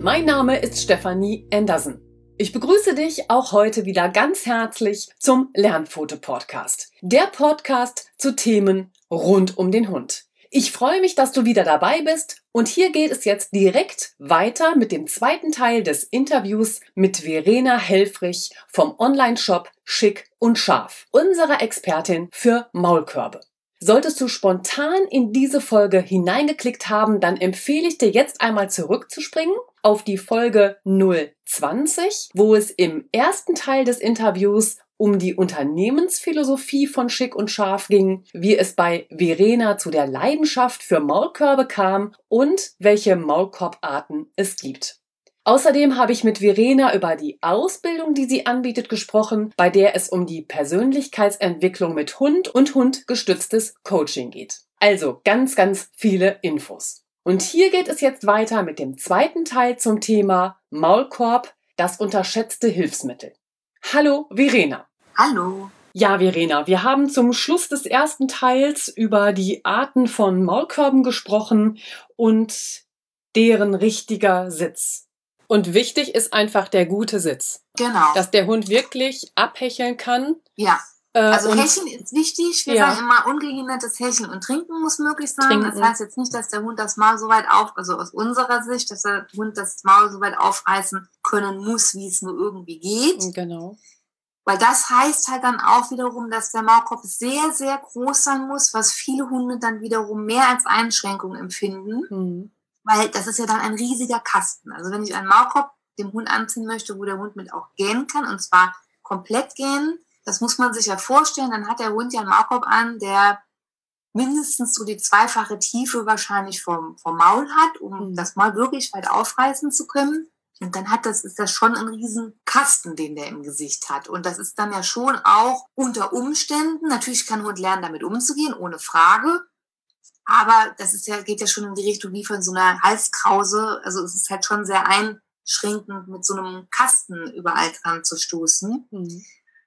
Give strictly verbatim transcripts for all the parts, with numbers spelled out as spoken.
Mein Name ist Stefanie Andersen. Ich begrüße dich auch heute wieder ganz herzlich zum Lernpfote-Podcast. Der Podcast zu Themen rund um den Hund. Ich freue mich, dass du wieder dabei bist und hier geht es jetzt direkt weiter mit dem zweiten Teil des Interviews mit Verena Helfrich vom Online-Shop Schick und Scharf, unserer Expertin für Maulkörbe. Solltest du spontan in diese Folge hineingeklickt haben, dann empfehle ich dir jetzt einmal zurückzuspringen auf die Folge null zwanzig, wo es im ersten Teil des Interviews um die Unternehmensphilosophie von Schick und Scharf ging, wie es bei Verena zu der Leidenschaft für Maulkörbe kam und welche Maulkorbarten es gibt. Außerdem habe ich mit Verena über die Ausbildung, die sie anbietet, gesprochen, bei der es um die Persönlichkeitsentwicklung mit Hund und hundgestütztes Coaching geht. Also ganz, ganz viele Infos. Und hier geht es jetzt weiter mit dem zweiten Teil zum Thema Maulkorb, das unterschätzte Hilfsmittel. Hallo Verena. Hallo. Ja, Verena, wir haben zum Schluss des ersten Teils über die Arten von Maulkörben gesprochen und deren richtiger Sitz. Und wichtig ist einfach der gute Sitz. Genau. Dass der Hund wirklich abhecheln kann. Ja. Äh, also und Hecheln ist wichtig. Wir ja. sagen immer, ungehindertes Hecheln und Trinken muss möglich sein. Trinken. Das heißt jetzt nicht, dass der Hund das Maul so weit auf, also aus unserer Sicht, dass der Hund das Maul so weit aufreißen können muss, wie es nur irgendwie geht. Genau. Weil das heißt halt dann auch wiederum, dass der Maulkorb sehr, sehr groß sein muss, was viele Hunde dann wiederum mehr als Einschränkung empfinden. Mhm. Weil das ist ja dann ein riesiger Kasten. Also wenn ich einen Maulkorb dem Hund anziehen möchte, wo der Hund mit auch gähnen kann, und zwar komplett gähnen, das muss man sich ja vorstellen, dann hat der Hund ja einen Maulkorb an, der mindestens so die zweifache Tiefe wahrscheinlich vom, vom Maul hat, um Mhm. das Maul wirklich weit aufreißen zu können. Und dann hat das, ist das schon ein riesen Kasten, den der im Gesicht hat. Und das ist dann ja schon auch unter Umständen, natürlich kann ein Hund lernen, damit umzugehen, ohne Frage. Aber das ist ja, geht ja schon in die Richtung wie von so einer Halskrause. Also es ist halt schon sehr einschränkend, mit so einem Kasten überall dran zu stoßen. Mhm.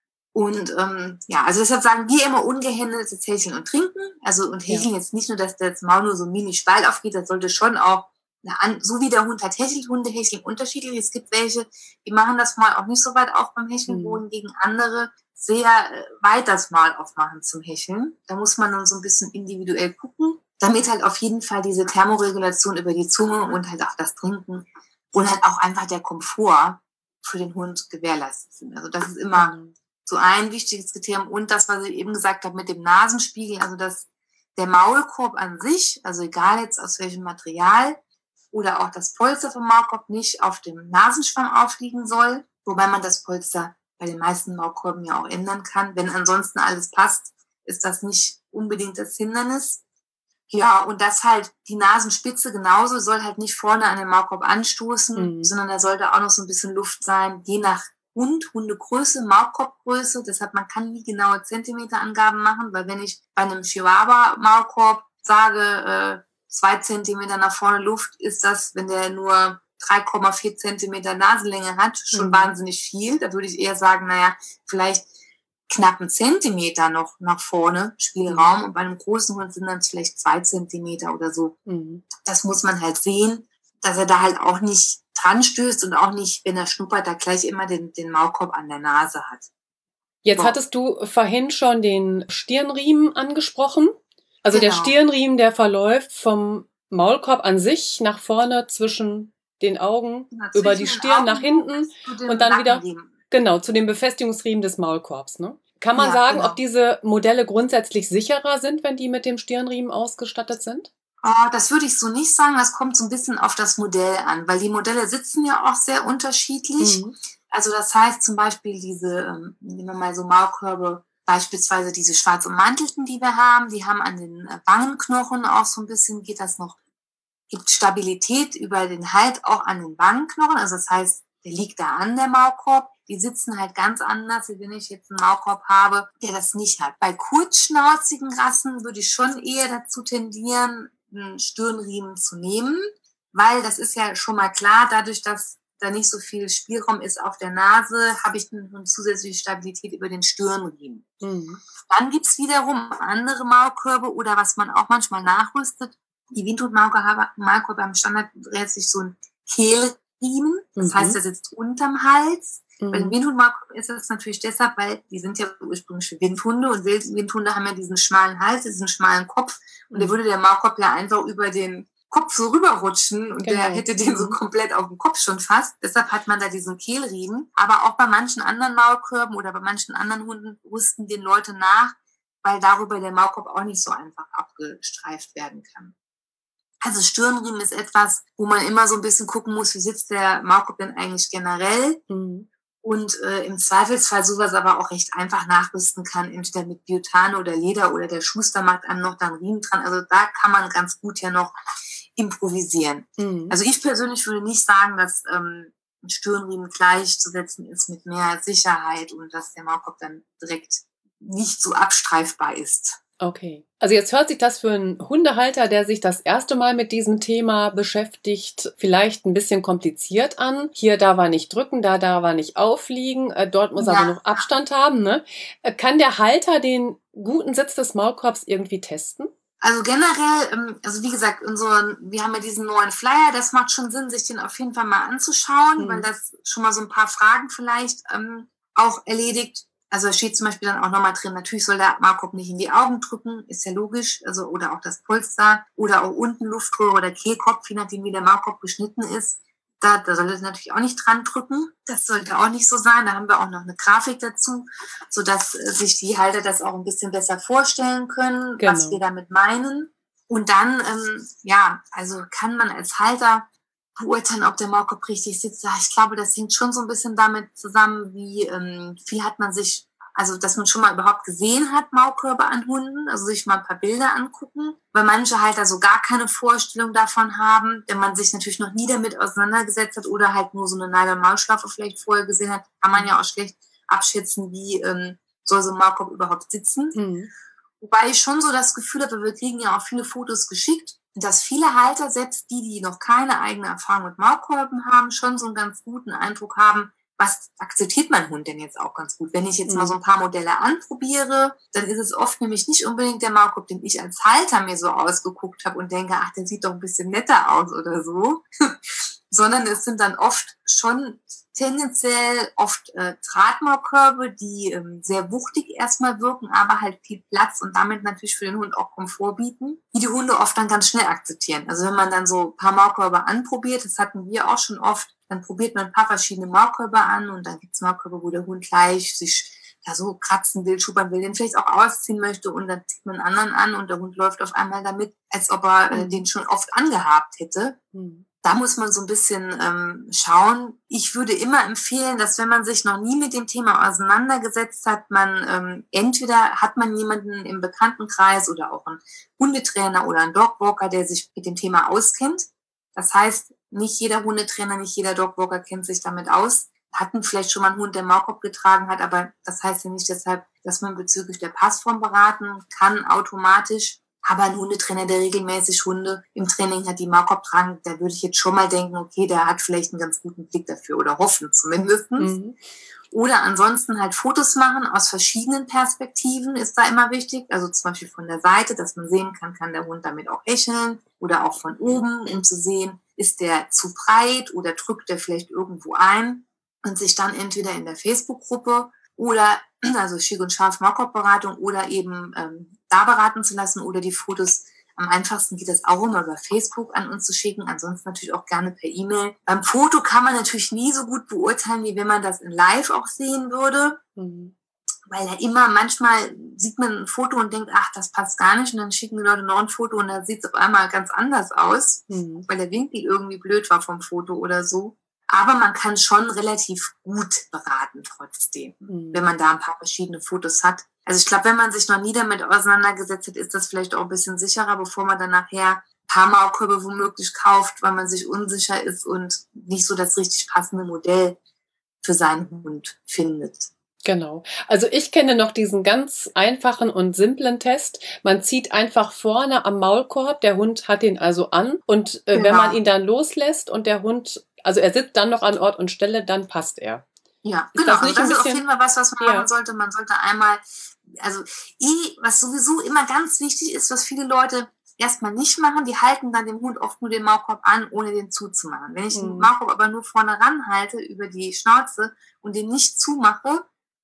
Und ähm, ja, also deshalb sagen wir immer ungehändeltes Hecheln und Trinken. Also und Hecheln Ja. jetzt nicht nur, dass das Maul nur so ein Mini-Spalt aufgeht, das sollte schon auch, eine, so wie der Hund halt hechelt, Hunde hecheln unterschiedlich. Es gibt welche, die machen das Mal auch nicht so weit auf beim Hecheln, Mhm. wohingegen andere sehr äh, weit das Mal aufmachen zum Hecheln. Da muss man dann so ein bisschen individuell gucken, damit halt auf jeden Fall diese Thermoregulation über die Zunge und halt auch das Trinken und halt auch einfach der Komfort für den Hund gewährleistet sind. Also das ist immer Mhm. so ein wichtiges Kriterium. Und das, was ich eben gesagt habe mit dem Nasenspiegel, also dass der Maulkorb an sich, also egal jetzt aus welchem Material oder auch das Polster vom Maulkorb, nicht auf dem Nasenschwamm aufliegen soll, wobei man das Polster bei den meisten Maulkorben ja auch ändern kann. Wenn ansonsten alles passt, ist das nicht unbedingt das Hindernis. Ja, und das halt die Nasenspitze genauso soll halt nicht vorne an den Maulkorb anstoßen, Mhm. sondern da sollte auch noch so ein bisschen Luft sein, je nach Hund, Hundegröße, Maulkorbgröße. Deshalb, man kann nie genaue Zentimeterangaben machen, weil wenn ich bei einem Chihuahua-Maulkorb sage, äh, zwei Zentimeter nach vorne Luft, ist das, wenn der nur drei Komma vier Zentimeter Nasenlänge hat, schon Mhm. wahnsinnig viel. Da würde ich eher sagen, naja, vielleicht knapp einen Zentimeter noch nach vorne Spielraum. Mhm. Und bei einem großen Hund sind dann vielleicht zwei Zentimeter oder so. Mhm. Das muss man halt sehen, dass er da halt auch nicht dran stößt und auch nicht, wenn er schnuppert, da gleich immer den, den Maulkorb an der Nase hat. Jetzt So. hattest du vorhin schon den Stirnriemen angesprochen. Also der Genau. Stirnriemen, der verläuft vom Maulkorb an sich nach vorne zwischen den Augen, Genau, über zwischen die den Stirn nach Augen hinten zu dem und dann wieder, Nackenriemen. genau, zu dem Befestigungsriemen des Maulkorbs. Ne? Kann man Ja, sagen, genau. ob diese Modelle grundsätzlich sicherer sind, wenn die mit dem Stirnriemen ausgestattet sind? Oh, das würde ich so nicht sagen. Das kommt so ein bisschen auf das Modell an, weil die Modelle sitzen ja auch sehr unterschiedlich. Mhm. Also das heißt zum Beispiel diese, ähm, nehmen wir mal so Maulkörbe, beispielsweise diese schwarz ummantelten, die wir haben, die haben an den äh, Wangenknochen auch so ein bisschen, geht das noch, gibt Stabilität über den Halt auch an den Wangenknochen. Also das heißt, der liegt da an, der Maulkorb. Die sitzen halt ganz anders, wie wenn ich jetzt einen Maulkorb habe, der das nicht hat. Bei kurzschnauzigen Rassen würde ich schon eher dazu tendieren, einen Stirnriemen zu nehmen, weil das ist ja schon mal klar, dadurch, dass da nicht so viel Spielraum ist auf der Nase, habe ich eine zusätzliche Stabilität über den Stirnriemen. Mhm. Dann gibt's wiederum andere Maulkörbe oder was man auch manchmal nachrüstet. Die Windhund-Maulkörbe am Standard dreht sich so ein Kehl Riemen. Das Mhm. heißt, der sitzt unterm Hals. Mhm. Bei den Windhundmaulkorb ist es natürlich deshalb, weil die sind ja ursprünglich für Windhunde und Windhunde haben ja diesen schmalen Hals, diesen schmalen Kopf und da Mhm. würde der Maulkorb ja einfach über den Kopf so rüberrutschen und Genau. der hätte den so Mhm. komplett auf dem Kopf schon fast. Deshalb hat man da diesen Kehlriemen. Aber auch bei manchen anderen Maulkörben oder bei manchen anderen Hunden rüsten den Leute nach, weil darüber der Maulkorb auch nicht so einfach abgestreift werden kann. Also Stirnriemen ist etwas, wo man immer so ein bisschen gucken muss, wie sitzt der Maulkorb denn eigentlich generell? Mhm. Und äh, im Zweifelsfall sowas aber auch recht einfach nachrüsten kann, entweder mit Biotane oder Leder oder der Schuster macht einem noch dann Riemen dran. Also da kann man ganz gut ja noch improvisieren. Mhm. Also ich persönlich würde nicht sagen, dass ähm, ein Stirnriemen gleichzusetzen ist mit mehr Sicherheit und dass der Maulkorb dann direkt nicht so abstreifbar ist. Okay. Also jetzt hört sich das für einen Hundehalter, der sich das erste Mal mit diesem Thema beschäftigt, vielleicht ein bisschen kompliziert an. Hier, da war nicht drücken, da, da war nicht aufliegen, äh, dort muss Ja. aber noch Abstand haben. Ne? Äh, kann der Halter den guten Sitz des Maulkorbs irgendwie testen? Also generell, ähm, also wie gesagt, unseren, wir haben ja diesen neuen Flyer, das macht schon Sinn, sich den auf jeden Fall mal anzuschauen, Mhm. weil das schon mal so ein paar Fragen vielleicht ähm, auch erledigt. Also da steht zum Beispiel dann auch nochmal drin, natürlich soll der Maulkorb nicht in die Augen drücken, ist ja logisch, also oder auch das Polster oder auch unten Luftröhre oder Kehlkopf, je nachdem wie der Maulkorb geschnitten ist. Da, da sollte es natürlich auch nicht dran drücken. Das sollte auch nicht so sein. Da haben wir auch noch eine Grafik dazu, sodass äh, sich die Halter das auch ein bisschen besser vorstellen können, Genau. was wir damit meinen. Und dann, ähm, ja, also kann man als Halter beurteilen, ob der Maulkorb richtig sitzt. Ja, ich glaube, das hängt schon so ein bisschen damit zusammen, wie ähm, viel hat man sich, also dass man schon mal überhaupt gesehen hat, Maulkörbe an Hunden, also sich mal ein paar Bilder angucken, weil manche Halter so gar keine Vorstellung davon haben, wenn man sich natürlich noch nie damit auseinandergesetzt hat oder halt nur so eine Nylon-Maulschlaufe vielleicht vorher gesehen hat, kann man ja auch schlecht abschätzen, wie ähm, soll so ein Maulkorb überhaupt sitzen. Mhm. Wobei ich schon so das Gefühl habe, wir kriegen ja auch viele Fotos geschickt, dass viele Halter, selbst die, die noch keine eigene Erfahrung mit Maulkorben haben, schon so einen ganz guten Eindruck haben, was akzeptiert mein Hund denn jetzt auch ganz gut. Wenn ich jetzt Mhm. mal so ein paar Modelle anprobiere, dann ist es oft nämlich nicht unbedingt der Maulkorb, den ich als Halter mir so ausgeguckt habe und denke, ach, der sieht doch ein bisschen netter aus oder so, sondern es sind dann oft schon tendenziell oft äh, Drahtmaulkörbe, die ähm, sehr wuchtig erstmal wirken, aber halt viel Platz und damit natürlich für den Hund auch Komfort bieten, die die Hunde oft dann ganz schnell akzeptieren. Also wenn man dann so ein paar Maulkörbe anprobiert, das hatten wir auch schon oft, dann probiert man ein paar verschiedene Maulkörbe an und dann gibt's Maulkörbe, wo der Hund gleich sich ja so kratzen will, schuppern will, den vielleicht auch ausziehen möchte und dann zieht man einen anderen an und der Hund läuft auf einmal damit, als ob er äh, Mhm. den schon oft angehabt hätte. Mhm. Da muss man so ein bisschen ähm, schauen. Ich würde immer empfehlen, dass wenn man sich noch nie mit dem Thema auseinandergesetzt hat, man ähm, entweder hat man jemanden im Bekanntenkreis oder auch einen Hundetrainer oder einen Dogwalker, der sich mit dem Thema auskennt. Das heißt, nicht jeder Hundetrainer, nicht jeder Dogwalker kennt sich damit aus. Hatten vielleicht schon mal einen Hund, der Maulkorb getragen hat, aber das heißt ja nicht deshalb, dass man bezüglich der Passform beraten kann automatisch. Aber ein Hundetrainer, der regelmäßig Hunde im Training hat, die Maulkorb tragen, da würde ich jetzt schon mal denken, okay, der hat vielleicht einen ganz guten Blick dafür oder hoffen zumindest. Mhm. Oder ansonsten halt Fotos machen aus verschiedenen Perspektiven ist da immer wichtig. Also zum Beispiel von der Seite, dass man sehen kann, kann der Hund damit auch hecheln oder auch von oben, um zu sehen, ist der zu breit oder drückt der vielleicht irgendwo ein und sich dann entweder in der Facebook-Gruppe oder also Schick und Scharf Maulkorbberatung oder eben ähm, da beraten zu lassen oder die Fotos. Am einfachsten geht das auch immer über Facebook an uns zu schicken, ansonsten natürlich auch gerne per E-Mail. Beim Foto kann man natürlich nie so gut beurteilen, wie wenn man das in Live auch sehen würde, Mhm. weil ja immer manchmal sieht man ein Foto und denkt, ach, das passt gar nicht und dann schicken die Leute noch ein Foto und dann sieht es auf einmal ganz anders aus, Mhm. weil der Winkel irgendwie blöd war vom Foto oder so. Aber man kann schon relativ gut beraten trotzdem, Mhm. wenn man da ein paar verschiedene Fotos hat. Also ich glaube, wenn man sich noch nie damit auseinandergesetzt hat, ist das vielleicht auch ein bisschen sicherer, bevor man dann nachher ein paar Maulkörbe womöglich kauft, weil man sich unsicher ist und nicht so das richtig passende Modell für seinen Hund findet. Genau. Also ich kenne noch diesen ganz einfachen und simplen Test. Man zieht einfach vorne am Maulkorb, der Hund hat ihn also an und äh, Genau. wenn man ihn dann loslässt und der Hund, also er sitzt dann noch an Ort und Stelle, dann passt er. Ja, Ist genau. das Also nicht das ein ist auf bisschen- jeden Fall was, was man Ja. machen sollte. Man sollte einmal, also eh, was sowieso immer ganz wichtig ist, was viele Leute erstmal nicht machen. Die halten dann dem Hund oft nur den Maulkorb an, ohne den zuzumachen. Wenn ich den Mhm. Maulkorb aber nur vorne ranhalte über die Schnauze und den nicht zumache,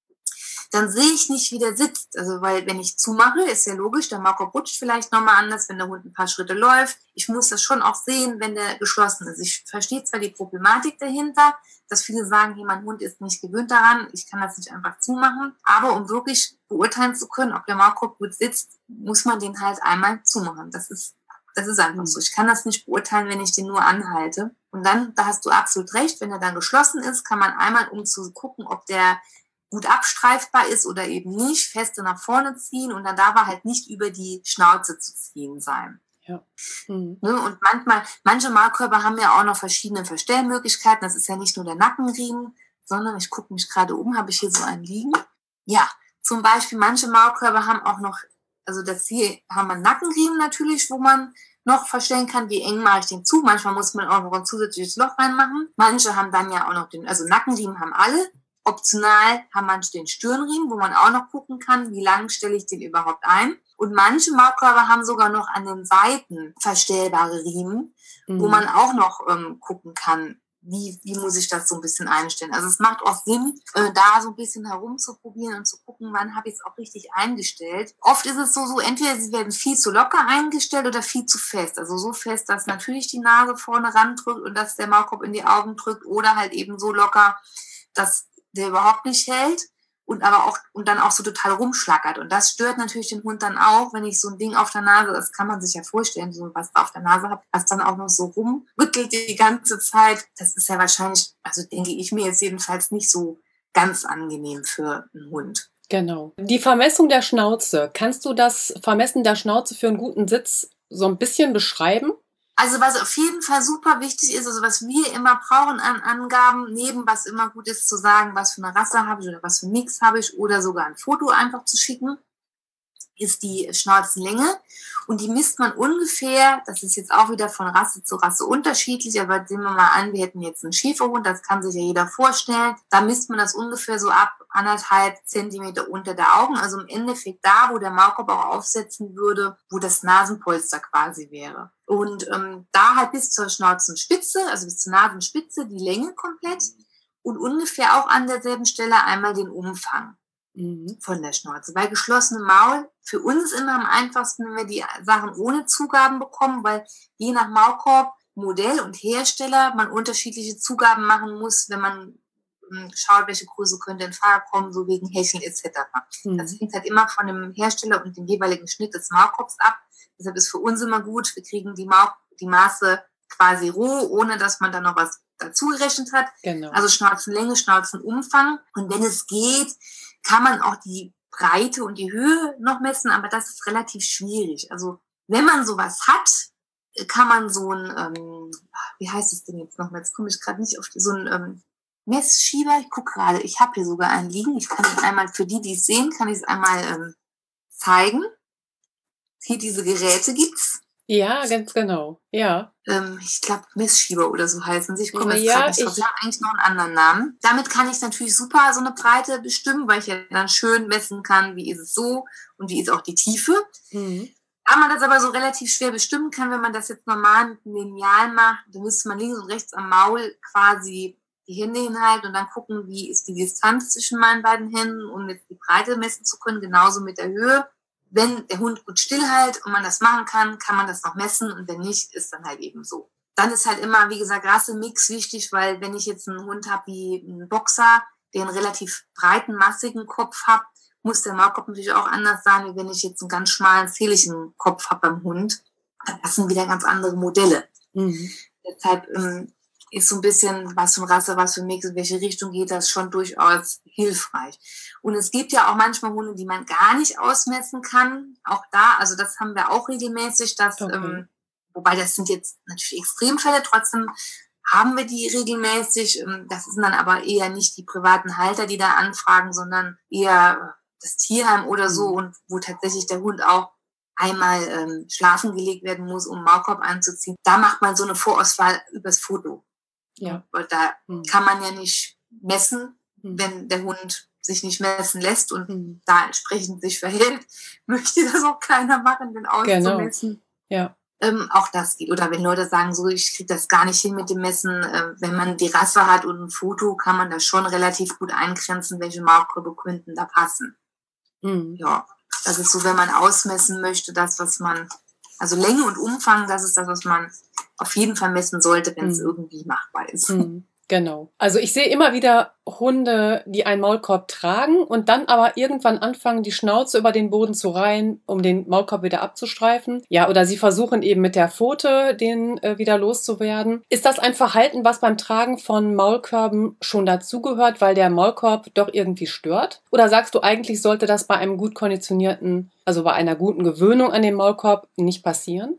dann sehe ich nicht, wie der sitzt. Also, weil wenn ich zumache, ist ja logisch, der Maulkorb rutscht vielleicht nochmal anders, wenn der Hund ein paar Schritte läuft. Ich muss das schon auch sehen, wenn der geschlossen ist. Ich verstehe zwar die Problematik dahinter, dass viele sagen, hey, mein Hund ist nicht gewöhnt daran, ich kann das nicht einfach zumachen. Aber um wirklich beurteilen zu können, ob der Maulkorb gut sitzt, muss man den halt einmal zumachen. Das ist, das ist einfach Mhm. so. Ich kann das nicht beurteilen, wenn ich den nur anhalte. Und dann, da hast du absolut recht, wenn er dann geschlossen ist, kann man einmal, um zu gucken, ob der gut abstreifbar ist oder eben nicht, feste nach vorne ziehen und dann darf er halt nicht über die Schnauze zu ziehen sein. Ja. Mhm. Ne? Und manchmal, manche Maulkörper haben ja auch noch verschiedene Verstellmöglichkeiten. Das ist ja nicht nur der Nackenriemen, sondern ich gucke mich gerade um, habe ich hier so einen liegen? Ja, zum Beispiel manche Maulkörper haben auch noch, also das hier haben wir einen Nackenriemen natürlich, wo man noch verstellen kann, wie eng mache ich den zu. Manchmal muss man auch noch ein zusätzliches Loch reinmachen. Manche haben dann ja auch noch den, also Nackenriemen haben alle. Optional haben manche den Stirnriemen, wo man auch noch gucken kann, wie lang stelle ich den überhaupt ein. Und manche Maulkörper haben sogar noch an den Seiten verstellbare Riemen, mhm. wo man auch noch ähm, gucken kann, wie, wie muss ich das so ein bisschen einstellen. Also es macht auch Sinn, äh, da so ein bisschen herumzuprobieren und zu gucken, wann habe ich es auch richtig eingestellt. Oft ist es so, so, entweder sie werden viel zu locker eingestellt oder viel zu fest. Also so fest, dass natürlich die Nase vorne randrückt und dass der Maulkorb in die Augen drückt oder halt eben so locker, dass der überhaupt nicht hält und aber auch und dann auch so total rumschlackert. Und das stört natürlich den Hund dann auch, wenn ich so ein Ding auf der Nase, das kann man sich ja vorstellen, so was auf der Nase habe, was dann auch noch so rumrüttelt die ganze Zeit. Das ist ja wahrscheinlich, also denke ich mir jetzt jedenfalls nicht so ganz angenehm für einen Hund. Genau. Die Vermessung der Schnauze. Kannst du das Vermessen der Schnauze für einen guten Sitz so ein bisschen beschreiben? Also was auf jeden Fall super wichtig ist, also was wir immer brauchen an Angaben, neben was immer gut ist zu sagen, was für eine Rasse habe ich oder was für einen Mix habe ich oder sogar ein Foto einfach zu schicken, ist die Schnauzenlänge und die misst man ungefähr, das ist jetzt auch wieder von Rasse zu Rasse unterschiedlich, aber sehen wir mal an, wir hätten jetzt einen Schäferhund, das kann sich ja jeder vorstellen, da misst man das ungefähr so ab anderthalb Zentimeter unter der Augen, also im Endeffekt da, wo der Maulkorb auch aufsetzen würde, wo das Nasenpolster quasi wäre. Und ähm, da halt bis zur Schnauzenspitze, also bis zur Nasenspitze die Länge komplett und ungefähr auch an derselben Stelle einmal den Umfang von der Schnauze. Bei geschlossenem Maul, für uns immer am einfachsten, wenn wir die Sachen ohne Zugaben bekommen, weil je nach Maulkorb, Modell und Hersteller man unterschiedliche Zugaben machen muss, wenn man ähm, schaut, welche Größe könnte in Frage kommen, so wegen Hecheln et cetera. Mhm. Das hängt halt immer von dem Hersteller und dem jeweiligen Schnitt des Maulkorbs ab. Deshalb ist für uns immer gut, wir kriegen die, Maul, die Maße quasi roh, ohne dass man da noch was dazu gerechnet hat. Genau. Also Schnauzenlänge, Schnauzenumfang. Und wenn es geht, kann man auch die Breite und die Höhe noch messen, aber das ist relativ schwierig. Also wenn man sowas hat, kann man so ein, ähm, wie heißt es denn jetzt nochmal, jetzt komme ich gerade nicht auf die, so ein ähm, Messschieber, ich gucke gerade, ich habe hier sogar einen liegen, ich kann ihn einmal, für die, die es sehen, kann ich es einmal ähm, zeigen. Hier diese Geräte gibt's. Ja, ganz genau, ja. Ähm, ich glaube, Messschieber oder so heißen sie. Ich komme jetzt ja, gerade nicht drauf. Sie haben eigentlich noch einen anderen Namen. Damit kann ich natürlich super so eine Breite bestimmen, weil ich ja dann schön messen kann, wie ist es so und wie ist auch die Tiefe. Mhm. Da man das aber so relativ schwer bestimmen kann, wenn man das jetzt normal mit einem Lineal macht, dann müsste man links und rechts am Maul quasi die Hände hinhalten und dann gucken, wie ist die Distanz zwischen meinen beiden Händen, um jetzt die Breite messen zu können, genauso mit der Höhe. Wenn der Hund gut stillhält und man das machen kann, kann man das noch messen und wenn nicht, ist dann halt eben so. Dann ist halt immer, wie gesagt, Rassemix wichtig, weil wenn ich jetzt einen Hund habe wie einen Boxer, der einen relativ breiten, massigen Kopf hat, muss der Maulkorb natürlich auch anders sein, wie wenn ich jetzt einen ganz schmalen, zähligen Kopf habe beim Hund. Das sind wieder ganz andere Modelle. Mhm. Deshalb ähm, ist so ein bisschen, was für eine Rasse, was für ein Mix, in welche Richtung geht das, schon durchaus hilfreich. Und es gibt ja auch manchmal Hunde, die man gar nicht ausmessen kann. Auch da, also das haben wir auch regelmäßig, dass, okay. ähm, wobei das sind jetzt natürlich Extremfälle, trotzdem haben wir die regelmäßig. Ähm, das sind dann aber eher nicht die privaten Halter, die da anfragen, sondern eher das Tierheim oder so, mhm. und wo tatsächlich der Hund auch einmal ähm, schlafen gelegt werden muss, um Maulkorb anzuziehen. Da macht man so eine Vorauswahl übers Foto. Ja. Weil da mhm. kann man ja nicht messen, mhm. wenn der Hund sich nicht messen lässt und mhm. da entsprechend sich verhält, möchte das auch keiner machen, den auszumessen. Genau. Ja. Ähm, auch das geht. Oder wenn Leute sagen, so, ich kriege das gar nicht hin mit dem Messen, äh, wenn man die Rasse hat und ein Foto, kann man das schon relativ gut eingrenzen, welche Maulkörbe könnten da passen. Mhm. Ja, das ist so, wenn man ausmessen möchte, das, was man, also Länge und Umfang, das ist das, was man auf jeden Fall messen sollte, wenn es Mhm. irgendwie machbar ist. Mhm. Genau. Also ich sehe immer wieder Hunde, die einen Maulkorb tragen und dann aber irgendwann anfangen, die Schnauze über den Boden zu reihen, um den Maulkorb wieder abzustreifen. Ja, oder sie versuchen eben mit der Pfote, den äh, wieder loszuwerden. Ist das ein Verhalten, was beim Tragen von Maulkörben schon dazugehört, weil der Maulkorb doch irgendwie stört? Oder sagst du, eigentlich sollte das bei einem gut konditionierten, also bei einer guten Gewöhnung an den Maulkorb nicht passieren?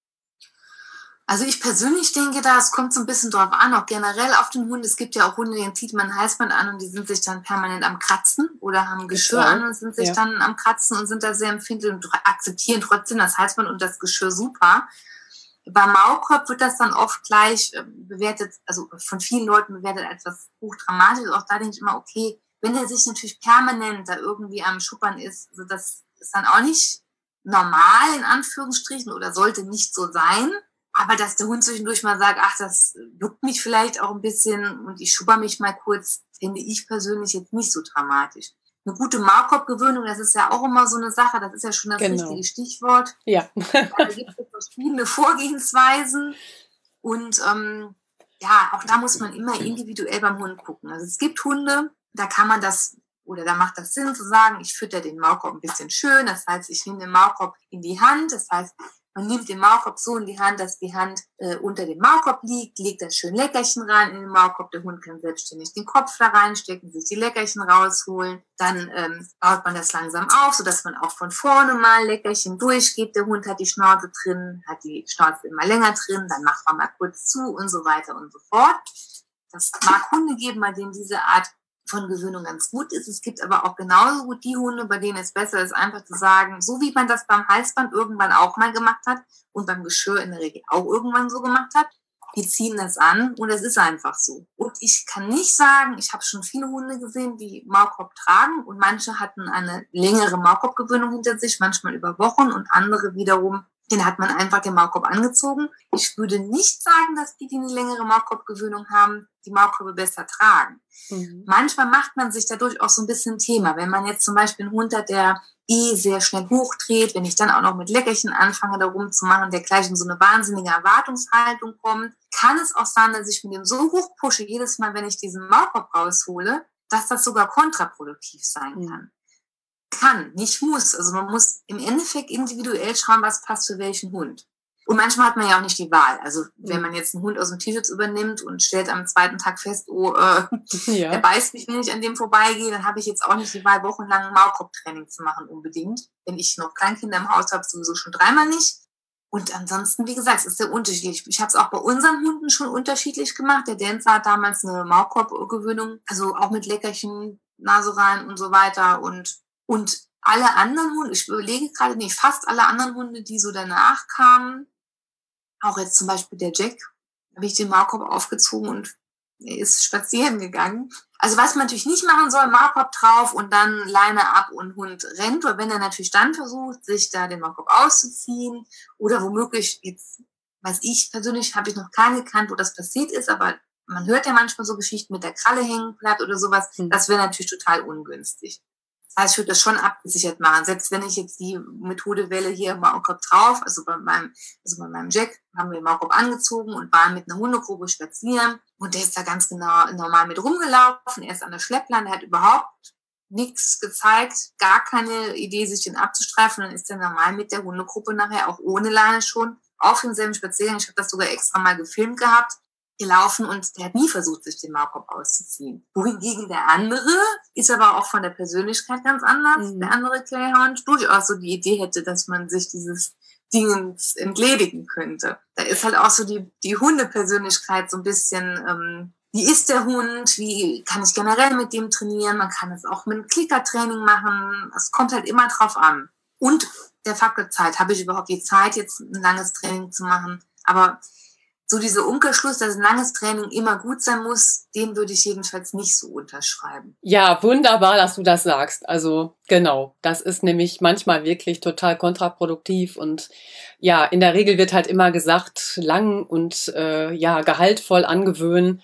Also ich persönlich denke da, es kommt so ein bisschen drauf an, auch generell auf den Hund. Es gibt ja auch Hunde, denen zieht man ein Halsband an und die sind sich dann permanent am Kratzen oder haben Geschirr auch, an und sind sich ja. dann am Kratzen und sind da sehr empfindlich und akzeptieren trotzdem das Halsband und das Geschirr super. Beim Maulkorb wird das dann oft gleich äh, bewertet, also von vielen Leuten bewertet als etwas hochdramatisch. Auch da denke ich immer, okay, wenn er sich natürlich permanent da irgendwie am Schuppern ist, also das ist dann auch nicht normal in Anführungsstrichen oder sollte nicht so sein. Aber dass der Hund zwischendurch mal sagt, ach, das juckt mich vielleicht auch ein bisschen und ich schubber mich mal kurz, finde ich persönlich jetzt nicht so dramatisch. Eine gute Maulkorbgewöhnung, das ist ja auch immer so eine Sache, das ist ja schon das Genau. richtige Stichwort. Ja. Da gibt es verschiedene Vorgehensweisen und ähm, ja, auch da muss man immer individuell beim Hund gucken. Also es gibt Hunde, da kann man das oder da macht das Sinn zu sagen, ich fütter den Maulkorb ein bisschen schön. Das heißt, ich nehme den Maulkorb in die Hand. Das heißt, man nimmt den Maulkorb so in die Hand, dass die Hand äh, unter dem Maulkorb liegt, legt das schön Leckerchen rein in den Maulkorb. Der Hund kann selbstständig den Kopf da reinstecken, sich die Leckerchen rausholen. Dann ähm, baut man das langsam auf, sodass man auch von vorne mal Leckerchen durchgibt. Der Hund hat die Schnauze drin, hat die Schnauze immer länger drin, dann macht man mal kurz zu und so weiter und so fort. Das mag Hunde geben, bei denen diese Art von Gewöhnung ganz gut ist. Es gibt aber auch genauso gut die Hunde, bei denen es besser ist, einfach zu sagen, so wie man das beim Halsband irgendwann auch mal gemacht hat und beim Geschirr in der Regel auch irgendwann so gemacht hat, die ziehen das an und es ist einfach so. Und ich kann nicht sagen, ich habe schon viele Hunde gesehen, die Maulkorb tragen und manche hatten eine längere Maulkorbgewöhnung hinter sich, manchmal über Wochen und andere wiederum, den hat man einfach den Maulkorb angezogen. Ich würde nicht sagen, dass die, die eine längere Maulkorbgewöhnung haben, die Maulkörbe besser tragen. Mhm. Manchmal macht man sich dadurch auch so ein bisschen Thema. Wenn man jetzt zum Beispiel einen Hund hat, der eh sehr schnell hochdreht, wenn ich dann auch noch mit Leckerchen anfange, da rumzumachen, der gleich in so eine wahnsinnige Erwartungshaltung kommt, kann es auch sein, dass ich mit dem so hochpushe, jedes Mal, wenn ich diesen Maulkorb raushole, dass das sogar kontraproduktiv sein Mhm. kann. Kann, nicht muss. Also man muss im Endeffekt individuell schauen, was passt für welchen Hund. Und manchmal hat man ja auch nicht die Wahl. Also wenn man jetzt einen Hund aus dem Tierschutz übernimmt und stellt am zweiten Tag fest, oh, äh, Ja. der beißt mich, wenn ich an dem vorbeigehe, dann habe ich jetzt auch nicht die Wahl, wochenlang Maulkorbtraining zu machen unbedingt. Wenn ich noch Kleinkinder im Haus habe, sowieso schon dreimal nicht. Und ansonsten, wie gesagt, es ist sehr unterschiedlich. Ich habe es auch bei unseren Hunden schon unterschiedlich gemacht. Der Dancer hat damals eine Maulkorbgewöhnung, also auch mit Leckerchen, Nase rein und so weiter. Und, und alle anderen Hunde, ich überlege gerade, nee, fast alle anderen Hunde, die so danach kamen, auch jetzt zum Beispiel der Jack, habe ich den Maulkorb aufgezogen und er ist spazieren gegangen. Also was man natürlich nicht machen soll, Maulkorb drauf und dann Leine ab und Hund rennt. Oder wenn er natürlich dann versucht, sich da den Maulkorb auszuziehen oder womöglich, jetzt weiß ich persönlich, habe ich noch keinen gekannt, wo das passiert ist, aber man hört ja manchmal so Geschichten mit der Kralle hängen bleibt oder sowas. Mhm. Das wäre natürlich total ungünstig. Das heißt, ich würde das schon abgesichert machen. Selbst wenn ich jetzt die Methode wähle, hier Maulkorb drauf, also bei meinem, also bei meinem Jack haben wir den Maulkorb angezogen und waren mit einer Hundegruppe spazieren. Und der ist da ganz genau normal mit rumgelaufen. Er ist an der Schleppleine, der hat überhaupt nichts gezeigt, gar keine Idee, sich den abzustreifen. Dann ist er normal mit der Hundegruppe nachher auch ohne Leine schon auf demselben Spaziergang. Ich habe das sogar extra mal gefilmt gehabt, gelaufen und der hat nie versucht, sich den Maulkorb auszuziehen. Wohingegen der andere ist aber auch von der Persönlichkeit ganz anders. Mhm. Der andere Greyhound durchaus so die Idee hätte, dass man sich dieses Dingens entledigen könnte. Da ist halt auch so die, die Hundepersönlichkeit so ein bisschen, ähm, wie ist der Hund, wie kann ich generell mit dem trainieren, man kann es auch mit einem Klickertraining machen, es kommt halt immer drauf an. Und der Faktor Zeit, habe ich überhaupt die Zeit, jetzt ein langes Training zu machen, aber so dieser Umkehrschluss, dass ein langes Training immer gut sein muss, den würde ich jedenfalls nicht so unterschreiben. Ja, wunderbar, dass du das sagst. Also genau, das ist nämlich manchmal wirklich total kontraproduktiv und ja, in der Regel wird halt immer gesagt, lang und äh, ja, gehaltvoll angewöhnen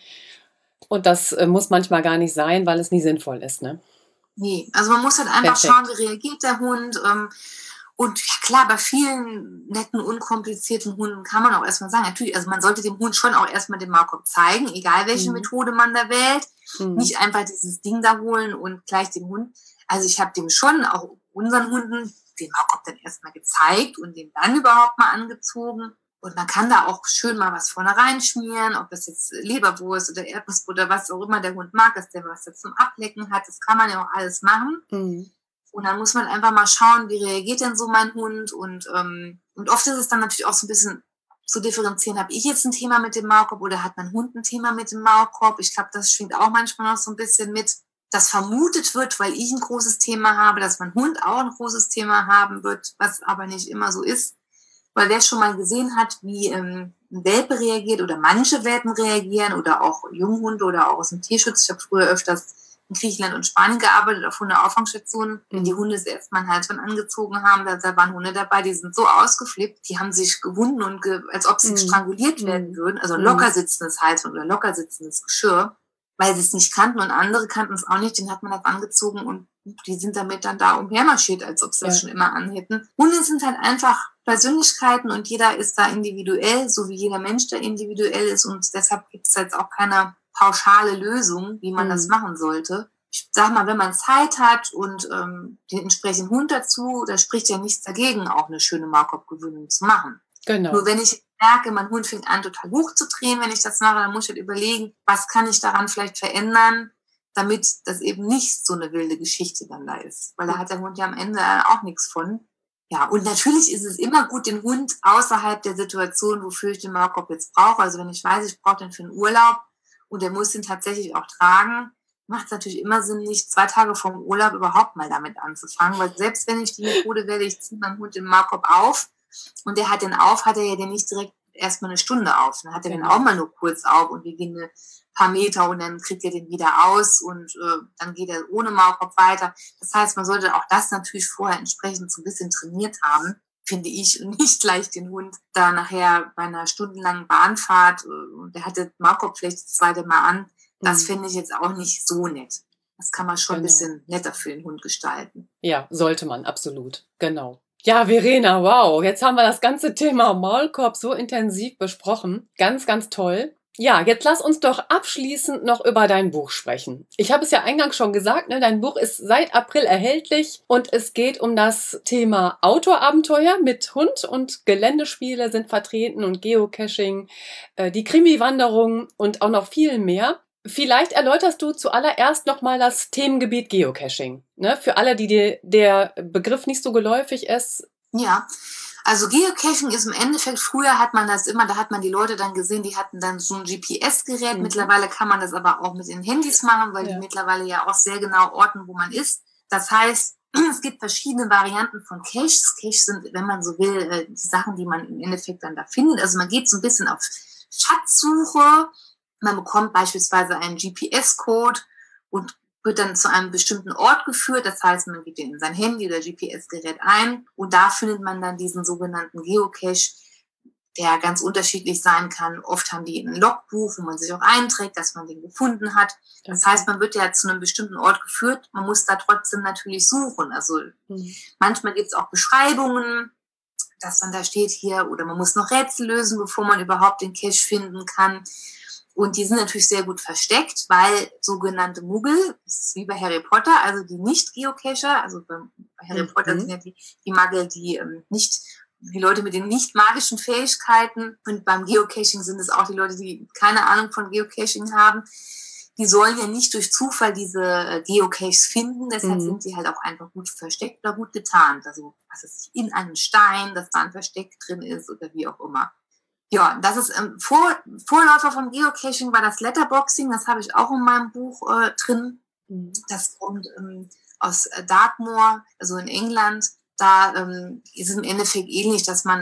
und das äh, muss manchmal gar nicht sein, weil es nie sinnvoll ist, ne? Nee, also man muss halt einfach Perfekt. schauen, wie reagiert der Hund. Ähm, und ja, klar, bei vielen netten, unkomplizierten Hunden kann man auch erstmal sagen, natürlich, also man sollte dem Hund schon auch erstmal den Maulkorb zeigen, egal welche Mhm. Methode man da wählt. Mhm. Nicht einfach dieses Ding da holen und gleich dem Hund. Also ich habe dem schon, auch unseren Hunden, den Maulkorb dann erstmal gezeigt und den dann überhaupt mal angezogen. Und man kann da auch schön mal was vorne reinschmieren, ob das jetzt Leberwurst oder Erdnussbutter, was auch immer der Hund mag, dass der was da zum Ablecken hat. Das kann man ja auch alles machen. Mhm. Und dann muss man einfach mal schauen, wie reagiert denn so mein Hund. Und, ähm, und oft ist es dann natürlich auch so ein bisschen zu differenzieren, habe ich jetzt ein Thema mit dem Maulkorb oder hat mein Hund ein Thema mit dem Maulkorb? Ich glaube, das schwingt auch manchmal noch so ein bisschen mit, dass vermutet wird, weil ich ein großes Thema habe, dass mein Hund auch ein großes Thema haben wird, was aber nicht immer so ist. Weil wer schon mal gesehen hat, wie ähm, ein Welpe reagiert oder manche Welpen reagieren oder auch Junghunde oder auch aus dem Tierschutz. Ich habe früher öfters in Griechenland und Spanien gearbeitet, auf Hundeauffangsstationen. Wenn die Hunde das erste Mal einen Halsband angezogen haben, da, da waren Hunde dabei, die sind so ausgeflippt, die haben sich gewunden und ge, als ob sie Mhm. stranguliert Mhm. werden würden. Also ein Mhm. locker sitzendes Halsband oder locker sitzendes Geschirr, weil sie es nicht kannten und andere kannten es auch nicht, den hat man das angezogen und die sind damit dann da umhermarschiert, als ob sie das Ja. schon immer anhätten. Hunde sind halt einfach Persönlichkeiten und jeder ist da individuell, so wie jeder Mensch da individuell ist und deshalb gibt es jetzt auch keine pauschale Lösung, wie man Mhm. das machen sollte. Ich sag mal, wenn man Zeit hat und ähm, den entsprechenden Hund dazu, da spricht ja nichts dagegen, auch eine schöne Maulkorbgewöhnung zu machen. Genau. Nur wenn ich merke, mein Hund fängt an, total hoch zu drehen, wenn ich das mache, dann muss ich halt überlegen, was kann ich daran vielleicht verändern, damit das eben nicht so eine wilde Geschichte dann da ist. Weil da hat der Hund ja am Ende auch nichts von. Ja, und natürlich ist es immer gut, den Hund außerhalb der Situation, wofür ich den Maulkorb jetzt brauche, also wenn ich weiß, ich brauche den für einen Urlaub und der muss den tatsächlich auch tragen, macht es natürlich immer Sinn, nicht zwei Tage vor dem Urlaub überhaupt mal damit anzufangen, weil selbst wenn ich die Methode wähle, ich ziehe meinen Hund den Maulkorb auf und der hat den auf, hat er ja den nicht direkt erstmal eine Stunde auf. Dann hat er Genau. den auch mal nur kurz auf und wir gehen eine paar Meter und dann kriegt er den wieder aus und äh, dann geht er ohne Maulkorb weiter. Das heißt, man sollte auch das natürlich vorher entsprechend so ein bisschen trainiert haben, finde ich, und nicht gleich den Hund da nachher bei einer stundenlangen Bahnfahrt äh, und der hat den Maulkorb vielleicht das zweite Mal an. Das Mhm. finde ich jetzt auch nicht so nett. Das kann man schon ein Genau. bisschen netter für den Hund gestalten. Ja, sollte man, absolut. Genau. Ja, Verena, wow, jetzt haben wir das ganze Thema Maulkorb so intensiv besprochen. Ganz, ganz toll. Ja, jetzt lass uns doch abschließend noch über dein Buch sprechen. Ich habe es ja eingangs schon gesagt, ne, dein Buch ist seit April erhältlich und es geht um das Thema Outdoor-Abenteuer mit Hund und Geländespiele sind vertreten und Geocaching, äh, die Krimi-Wanderung und auch noch viel mehr. Vielleicht erläuterst du zuallererst nochmal das Themengebiet Geocaching, ne? Für alle, die dir der Begriff nicht so geläufig ist. Ja, also Geocaching ist im Endeffekt, früher hat man das immer, da hat man die Leute dann gesehen, die hatten dann so ein G P S-Gerät. Mhm. Mittlerweile kann man das aber auch mit den Handys machen, weil Ja. die mittlerweile ja auch sehr genau orten, wo man ist. Das heißt, es gibt verschiedene Varianten von Caches. Caches sind, wenn man so will, äh, die Sachen, die man im Endeffekt dann da findet. Also man geht so ein bisschen auf Schatzsuche. Man bekommt beispielsweise einen G P S-Code und wird dann zu einem bestimmten Ort geführt. Das heißt, man gibt ihn in sein Handy oder G P S-Gerät ein und da findet man dann diesen sogenannten Geocache, der ganz unterschiedlich sein kann. Oft haben die ein Logbuch, wo man sich auch einträgt, dass man den gefunden hat. Das heißt, man wird ja zu einem bestimmten Ort geführt. Man muss da trotzdem natürlich suchen. Also Mhm. manchmal gibt es auch Beschreibungen, dass dann da steht hier, oder man muss noch Rätsel lösen, bevor man überhaupt den Cache finden kann. Und die sind natürlich sehr gut versteckt, weil sogenannte Muggel, das ist wie bei Harry Potter, also die Nicht-Geocacher, also bei Harry Mhm. Potter sind ja die, die Muggel, die ähm, nicht, die Leute mit den nicht magischen Fähigkeiten, und beim Geocaching sind es auch die Leute, die keine Ahnung von Geocaching haben. Die sollen ja nicht durch Zufall diese äh, Geocaches finden, deshalb Mhm. sind sie halt auch einfach gut versteckt oder gut getarnt. Also was ist in einem Stein, dass da ein Versteck drin ist oder wie auch immer. Ja, das ist ähm, Vor Vorläufer vom Geocaching war das Letterboxing, das habe ich auch in meinem Buch äh, drin. Mhm. Das kommt ähm, aus äh, Dartmoor, also in England. Da ähm, ist es im Endeffekt ähnlich, dass man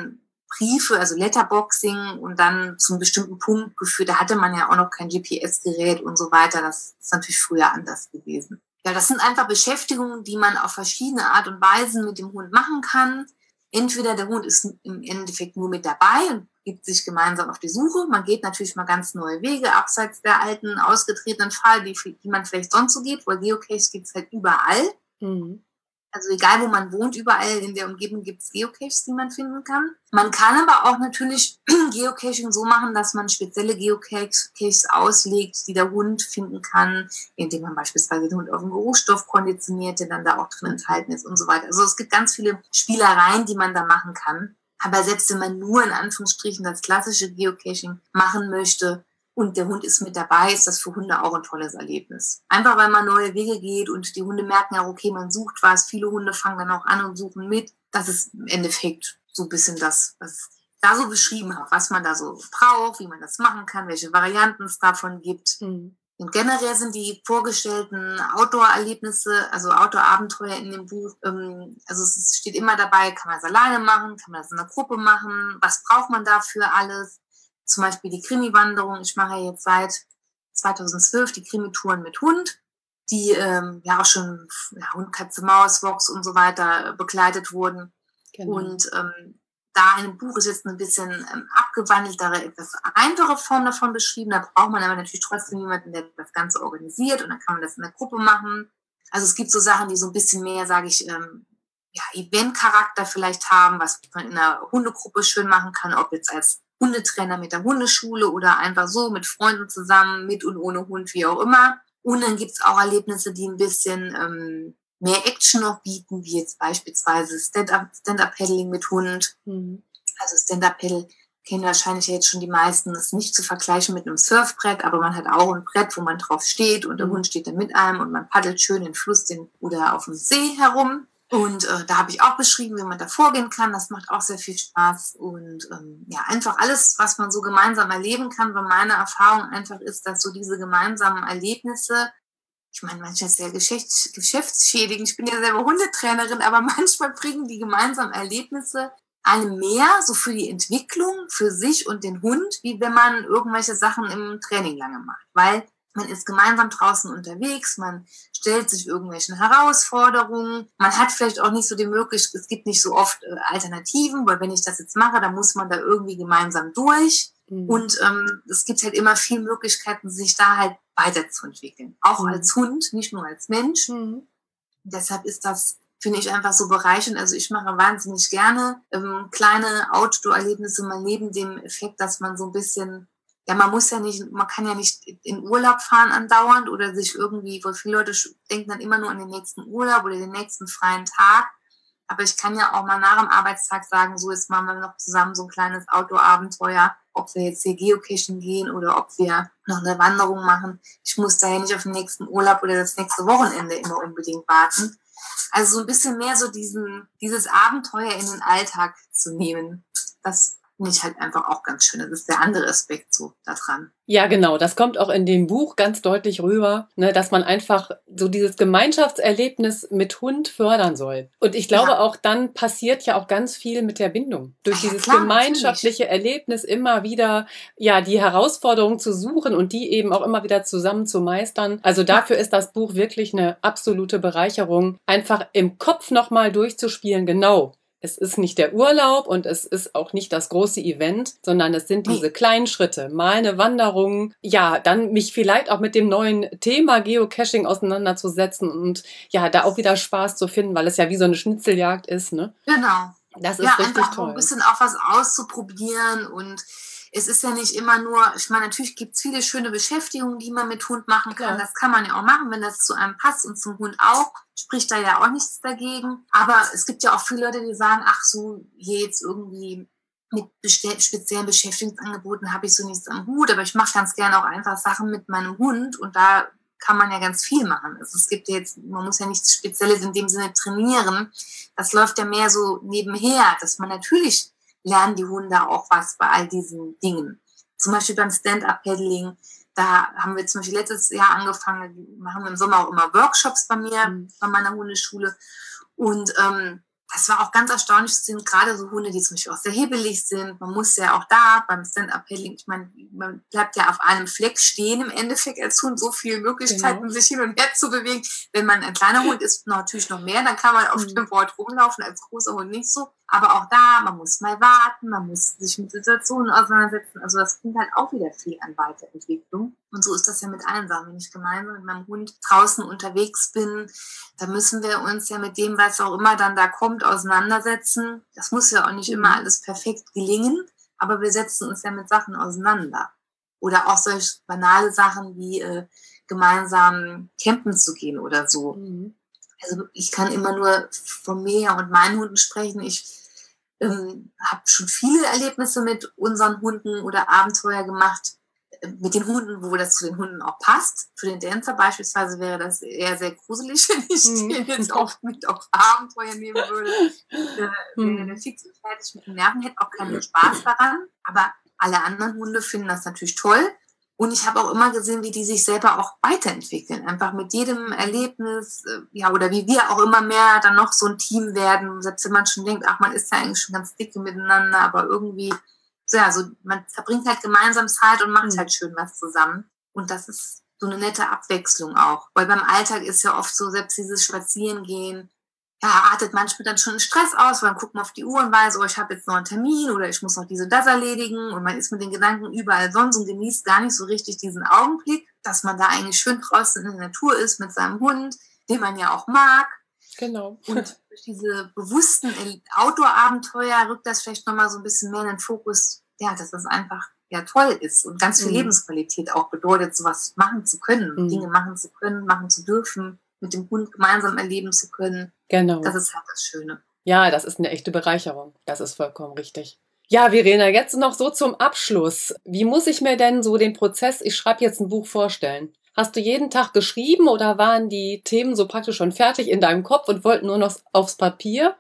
Briefe, also Letterboxing und dann zum bestimmten Punkt geführt. Da hatte man ja auch noch kein G P S-Gerät und so weiter. Das ist natürlich früher anders gewesen. Ja, das sind einfach Beschäftigungen, die man auf verschiedene Art und Weisen mit dem Hund machen kann. Entweder der Hund ist im Endeffekt nur mit dabei und gibt sich gemeinsam auf die Suche. Man geht natürlich mal ganz neue Wege, abseits der alten, ausgetretenen Pfade, die, die man vielleicht sonst so geht, weil Geocaches gibt es halt überall. Mhm. Also egal, wo man wohnt, überall in der Umgebung gibt es Geocaches, die man finden kann. Man kann aber auch natürlich Geocaching so machen, dass man spezielle Geocaches auslegt, die der Hund finden kann, indem man beispielsweise den Hund auf einen Geruchsstoff konditioniert, der dann da auch drin enthalten ist und so weiter. Also es gibt ganz viele Spielereien, die man da machen kann. Aber selbst wenn man nur in Anführungsstrichen das klassische Geocaching machen möchte, und der Hund ist mit dabei, ist das für Hunde auch ein tolles Erlebnis. Einfach weil man neue Wege geht und die Hunde merken ja, okay, man sucht was. Viele Hunde fangen dann auch an und suchen mit. Das ist im Endeffekt so ein bisschen das, was ich da so beschrieben habe, was man da so braucht, wie man das machen kann, welche Varianten es davon gibt. Mhm. Und generell sind die vorgestellten Outdoor-Erlebnisse, also Outdoor-Abenteuer in dem Buch, ähm, also es steht immer dabei, kann man es alleine machen, kann man das in einer Gruppe machen, was braucht man dafür alles? Zum Beispiel die Krimi-Wanderung. Ich mache ja jetzt seit zweitausendzwölf die Krimi-Touren mit Hund, die ähm, ja auch schon ja, Hund, Katze, Maus, Vox und so weiter begleitet wurden. Genau. Und ähm, da in dem Buch ist jetzt ein bisschen ähm, abgewandeltere, etwas einfache Form davon beschrieben. Da braucht man aber natürlich trotzdem jemanden, der das Ganze organisiert und dann kann man das in der Gruppe machen. Also es gibt so Sachen, die so ein bisschen mehr, sage ich, ähm, ja, Event-Charakter vielleicht haben, was man in einer Hundegruppe schön machen kann, ob jetzt als Hundetrainer mit der Hundeschule oder einfach so mit Freunden zusammen, mit und ohne Hund, wie auch immer. Und dann gibt's auch Erlebnisse, die ein bisschen ähm, mehr Action noch bieten, wie jetzt beispielsweise Stand-up, Stand-up-Paddling mit Hund. Mhm. Also Stand-up-Paddle kennen wahrscheinlich jetzt schon die meisten. Das ist nicht zu vergleichen mit einem Surfbrett, aber man hat auch ein Brett, wo man drauf steht und der mhm. Hund steht dann mit einem und man paddelt schön in den Fluss den, oder auf dem See herum. Und äh, da habe ich auch beschrieben, wie man da vorgehen kann. Das macht auch sehr viel Spaß. Und ähm, ja, einfach alles, was man so gemeinsam erleben kann, weil meine Erfahrung einfach ist, dass so diese gemeinsamen Erlebnisse, ich meine, manchmal ist ja Geschäfts- geschäftsschädigend, ich bin ja selber Hundetrainerin, aber manchmal bringen die gemeinsamen Erlebnisse einem mehr so für die Entwicklung, für sich und den Hund, wie wenn man irgendwelche Sachen im Training lange macht. Weil man ist gemeinsam draußen unterwegs, man stellt sich irgendwelchen Herausforderungen, man hat vielleicht auch nicht so die Möglichkeit, es gibt nicht so oft äh, Alternativen, weil wenn ich das jetzt mache, dann muss man da irgendwie gemeinsam durch. Mhm. Und ähm, es gibt halt immer viele Möglichkeiten, sich da halt weiterzuentwickeln. Auch mhm. als Hund, nicht nur als Mensch. Mhm. Deshalb ist das, finde ich, einfach so bereichernd. Also ich mache wahnsinnig gerne ähm, kleine Outdoor-Erlebnisse mal neben dem Effekt, dass man so ein bisschen, ja, man muss ja nicht, man kann ja nicht in Urlaub fahren andauernd oder sich irgendwie, weil viele Leute denken dann immer nur an den nächsten Urlaub oder den nächsten freien Tag. Aber ich kann ja auch mal nach dem Arbeitstag sagen, so jetzt machen wir noch zusammen so ein kleines Outdoor-Abenteuer, ob wir jetzt hier Geocaching gehen oder ob wir noch eine Wanderung machen. Ich muss da ja nicht auf den nächsten Urlaub oder das nächste Wochenende immer unbedingt warten. Also so ein bisschen mehr so diesen, dieses Abenteuer in den Alltag zu nehmen. Das finde ich halt einfach auch ganz schön. Das ist der andere Aspekt so daran. Ja, genau. Das kommt auch in dem Buch ganz deutlich rüber, ne, dass man einfach so dieses Gemeinschaftserlebnis mit Hund fördern soll. Und ich glaube ja. auch, dann passiert ja auch ganz viel mit der Bindung. Durch ja, dieses klar, gemeinschaftliche natürlich. Erlebnis immer wieder, ja, die Herausforderungen zu suchen und die eben auch immer wieder zusammen zu meistern. Also dafür ja. ist das Buch wirklich eine absolute Bereicherung, einfach im Kopf nochmal durchzuspielen, genau. Es ist nicht der Urlaub und es ist auch nicht das große Event, sondern es sind diese kleinen Schritte. Mal eine Wanderung, ja, dann mich vielleicht auch mit dem neuen Thema Geocaching auseinanderzusetzen und ja, da auch wieder Spaß zu finden, weil es ja wie so eine Schnitzeljagd ist, ne? Genau. Das ist ja, richtig einfach toll. Ein bisschen auch was auszuprobieren und es ist ja nicht immer nur, ich meine, natürlich gibt es viele schöne Beschäftigungen, die man mit Hund machen kann. Ja. Das kann man ja auch machen, wenn das zu einem passt und zum Hund auch. Spricht da ja auch nichts dagegen. Aber es gibt ja auch viele Leute, die sagen, ach so, hier jetzt irgendwie mit bestell- speziellen Beschäftigungsangeboten habe ich so nichts am Hut. Aber ich mache ganz gerne auch einfach Sachen mit meinem Hund und da kann man ja ganz viel machen. Also es gibt ja jetzt, man muss ja nichts Spezielles in dem Sinne trainieren. Das läuft ja mehr so nebenher, dass man natürlich lernen die Hunde auch was bei all diesen Dingen. Zum Beispiel beim Stand-up-Paddling, da haben wir zum Beispiel letztes Jahr angefangen, machen wir im Sommer auch immer Workshops bei mir, mhm. bei meiner Hundeschule. Und ähm, das war auch ganz erstaunlich, sind gerade so Hunde, die zum Beispiel auch sehr hibbelig sind. Man muss ja auch da beim Stand-Up-Paddling, ich meine, man bleibt ja auf einem Fleck stehen im Endeffekt als Hund, so viele Möglichkeiten, Genau. sich hin und her zu bewegen. Wenn man ein kleiner Hund ist, natürlich noch mehr, dann kann man auf Mhm. dem Board rumlaufen, als großer Hund nicht so. Aber auch da, man muss mal warten, man muss sich mit Situationen auseinandersetzen. Also das bringt halt auch wieder viel an Weiterentwicklung. Und so ist das ja mit allen Sachen. Wenn ich gemeinsam mit meinem Hund draußen unterwegs bin, dann müssen wir uns ja mit dem, was auch immer dann da kommt, auseinandersetzen. Das muss ja auch nicht Mhm. immer alles perfekt gelingen, aber wir setzen uns ja mit Sachen auseinander. Oder auch solche banale Sachen wie äh, gemeinsam campen zu gehen oder so. Mhm. Also ich kann immer nur von mir und meinen Hunden sprechen. Ich ähm, habe schon viele Erlebnisse mit unseren Hunden oder Abenteuer gemacht, äh, mit den Hunden, wo das zu den Hunden auch passt. Für den Dancer beispielsweise wäre das eher sehr gruselig, wenn ich Mhm. den jetzt auch mit auf Abenteuer nehmen würde. Äh, wäre der Mhm. fix und fertig mit den Nerven, hätte auch keinen Spaß daran. Aber alle anderen Hunde finden das natürlich toll. Und ich habe auch immer gesehen, wie die sich selber auch weiterentwickeln. Einfach mit jedem Erlebnis, äh, ja, oder wie wir auch immer mehr dann noch so ein Team werden. Selbst wenn man schon denkt, ach, man ist ja eigentlich schon ganz dicke miteinander, aber irgendwie, so, ja, so, man verbringt halt gemeinsam Zeit und macht Mhm. halt schön was zusammen. Und das ist so eine nette Abwechslung auch. Weil beim Alltag ist ja oft so, selbst dieses Spazierengehen, ja, artet manchmal dann schon in Stress aus, weil man guckt mal auf die Uhr und weiß, oh, ich habe jetzt noch einen Termin oder ich muss noch diese das erledigen und man ist mit den Gedanken überall sonst und genießt gar nicht so richtig diesen Augenblick, dass man da eigentlich schön draußen in der Natur ist mit seinem Hund, den man ja auch mag. Genau. Und durch diese bewussten Outdoor-Abenteuer rückt das vielleicht nochmal so ein bisschen mehr in den Fokus, ja, dass das einfach ja toll ist und ganz viel Mhm. Lebensqualität auch bedeutet, sowas machen zu können, Mhm. Dinge machen zu können, machen zu dürfen, mit dem Hund gemeinsam erleben zu können. Genau. Das ist halt das Schöne. Ja, das ist eine echte Bereicherung. Das ist vollkommen richtig. Ja, Verena, jetzt noch so zum Abschluss. Wie muss ich mir denn so den Prozess, ich schreibe jetzt ein Buch, vorstellen? Hast du jeden Tag geschrieben oder waren die Themen so praktisch schon fertig in deinem Kopf und wollten nur noch aufs Papier?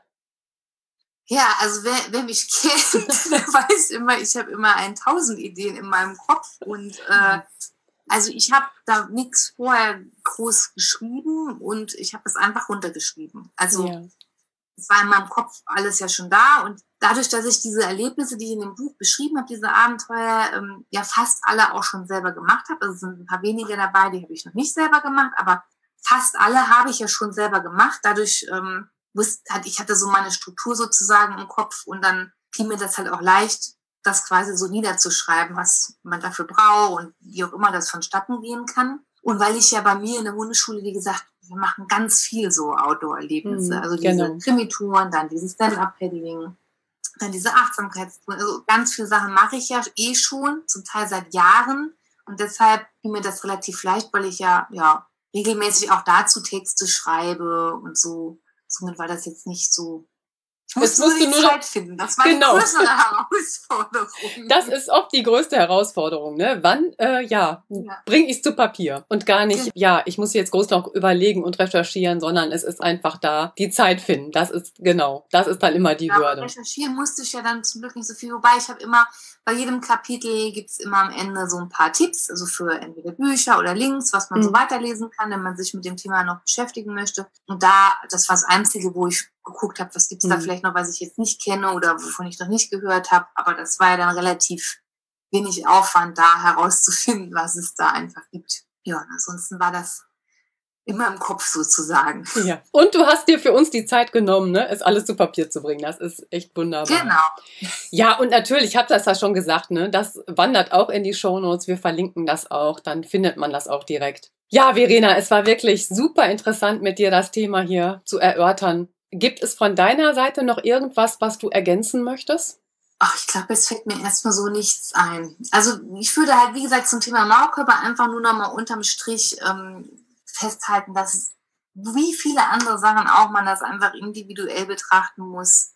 Ja, also wer, wer mich kennt, der weiß immer, ich habe immer tausend Ideen in meinem Kopf und äh, also ich habe da nichts vorher groß geschrieben und ich habe es einfach runtergeschrieben. Also Ja. es war in meinem Kopf alles ja schon da und dadurch, dass ich diese Erlebnisse, die ich in dem Buch beschrieben habe, diese Abenteuer, ähm, ja fast alle auch schon selber gemacht habe, also es sind ein paar wenige dabei, die habe ich noch nicht selber gemacht, aber fast alle habe ich ja schon selber gemacht. Dadurch, ähm, wusste, hat, ich hatte so meine Struktur sozusagen im Kopf und dann fiel mir das halt auch leicht, das quasi so niederzuschreiben, was man dafür braucht und wie auch immer das vonstatten gehen kann. Und weil ich ja bei mir in der Hundeschule, wie gesagt, wir machen ganz viel so Outdoor-Erlebnisse. Mhm, Also diese genau. Krimitouren, dann dieses Stand-Up-Paddling, dann diese Achtsamkeitstouren. Also ganz viele Sachen mache ich ja eh schon, zum Teil seit Jahren. Und deshalb fiel mir das relativ leicht, weil ich ja, ja regelmäßig auch dazu Texte schreibe und so. Somit war das jetzt nicht so. Ich musste nur die Zeit finden. Das war genau. die größere Herausforderung. Das ist oft die größte Herausforderung, ne? Wann, äh, ja, Ja. bringe ich es zu Papier? Und gar nicht, Genau. ja, ich muss jetzt groß noch überlegen und recherchieren, sondern es ist einfach da, die Zeit finden. Das ist, genau, das ist dann immer die Ja, aber Hürde. recherchieren musste ich ja dann zum Glück nicht so viel. Wobei ich habe immer, bei jedem Kapitel gibt es immer am Ende so ein paar Tipps, also für entweder Bücher oder Links, was man so Mhm. weiterlesen kann, wenn man sich mit dem Thema noch beschäftigen möchte. Und da, das war das Einzige, wo ich geguckt habe, was gibt's da Mhm. vielleicht noch, was ich jetzt nicht kenne oder wovon ich noch nicht gehört habe. Aber das war ja dann relativ wenig Aufwand, da herauszufinden, was es da einfach gibt. Ja, und ansonsten war das immer im Kopf sozusagen. Ja. Und du hast dir für uns die Zeit genommen, ne, es alles zu Papier zu bringen. Das ist echt wunderbar. Genau. Ja, und natürlich, ich habe das ja schon gesagt, ne, das wandert auch in die Shownotes. Wir verlinken das auch, dann findet man das auch direkt. Ja, Verena, es war wirklich super interessant, mit dir das Thema hier zu erörtern. Gibt es von deiner Seite noch irgendwas, was du ergänzen möchtest? Ach, ich glaube, es fällt mir erstmal so nichts ein. Also ich würde halt, wie gesagt, zum Thema Maulkörper einfach nur noch mal unterm Strich ähm, festhalten, dass es, wie viele andere Sachen auch, man das einfach individuell betrachten muss.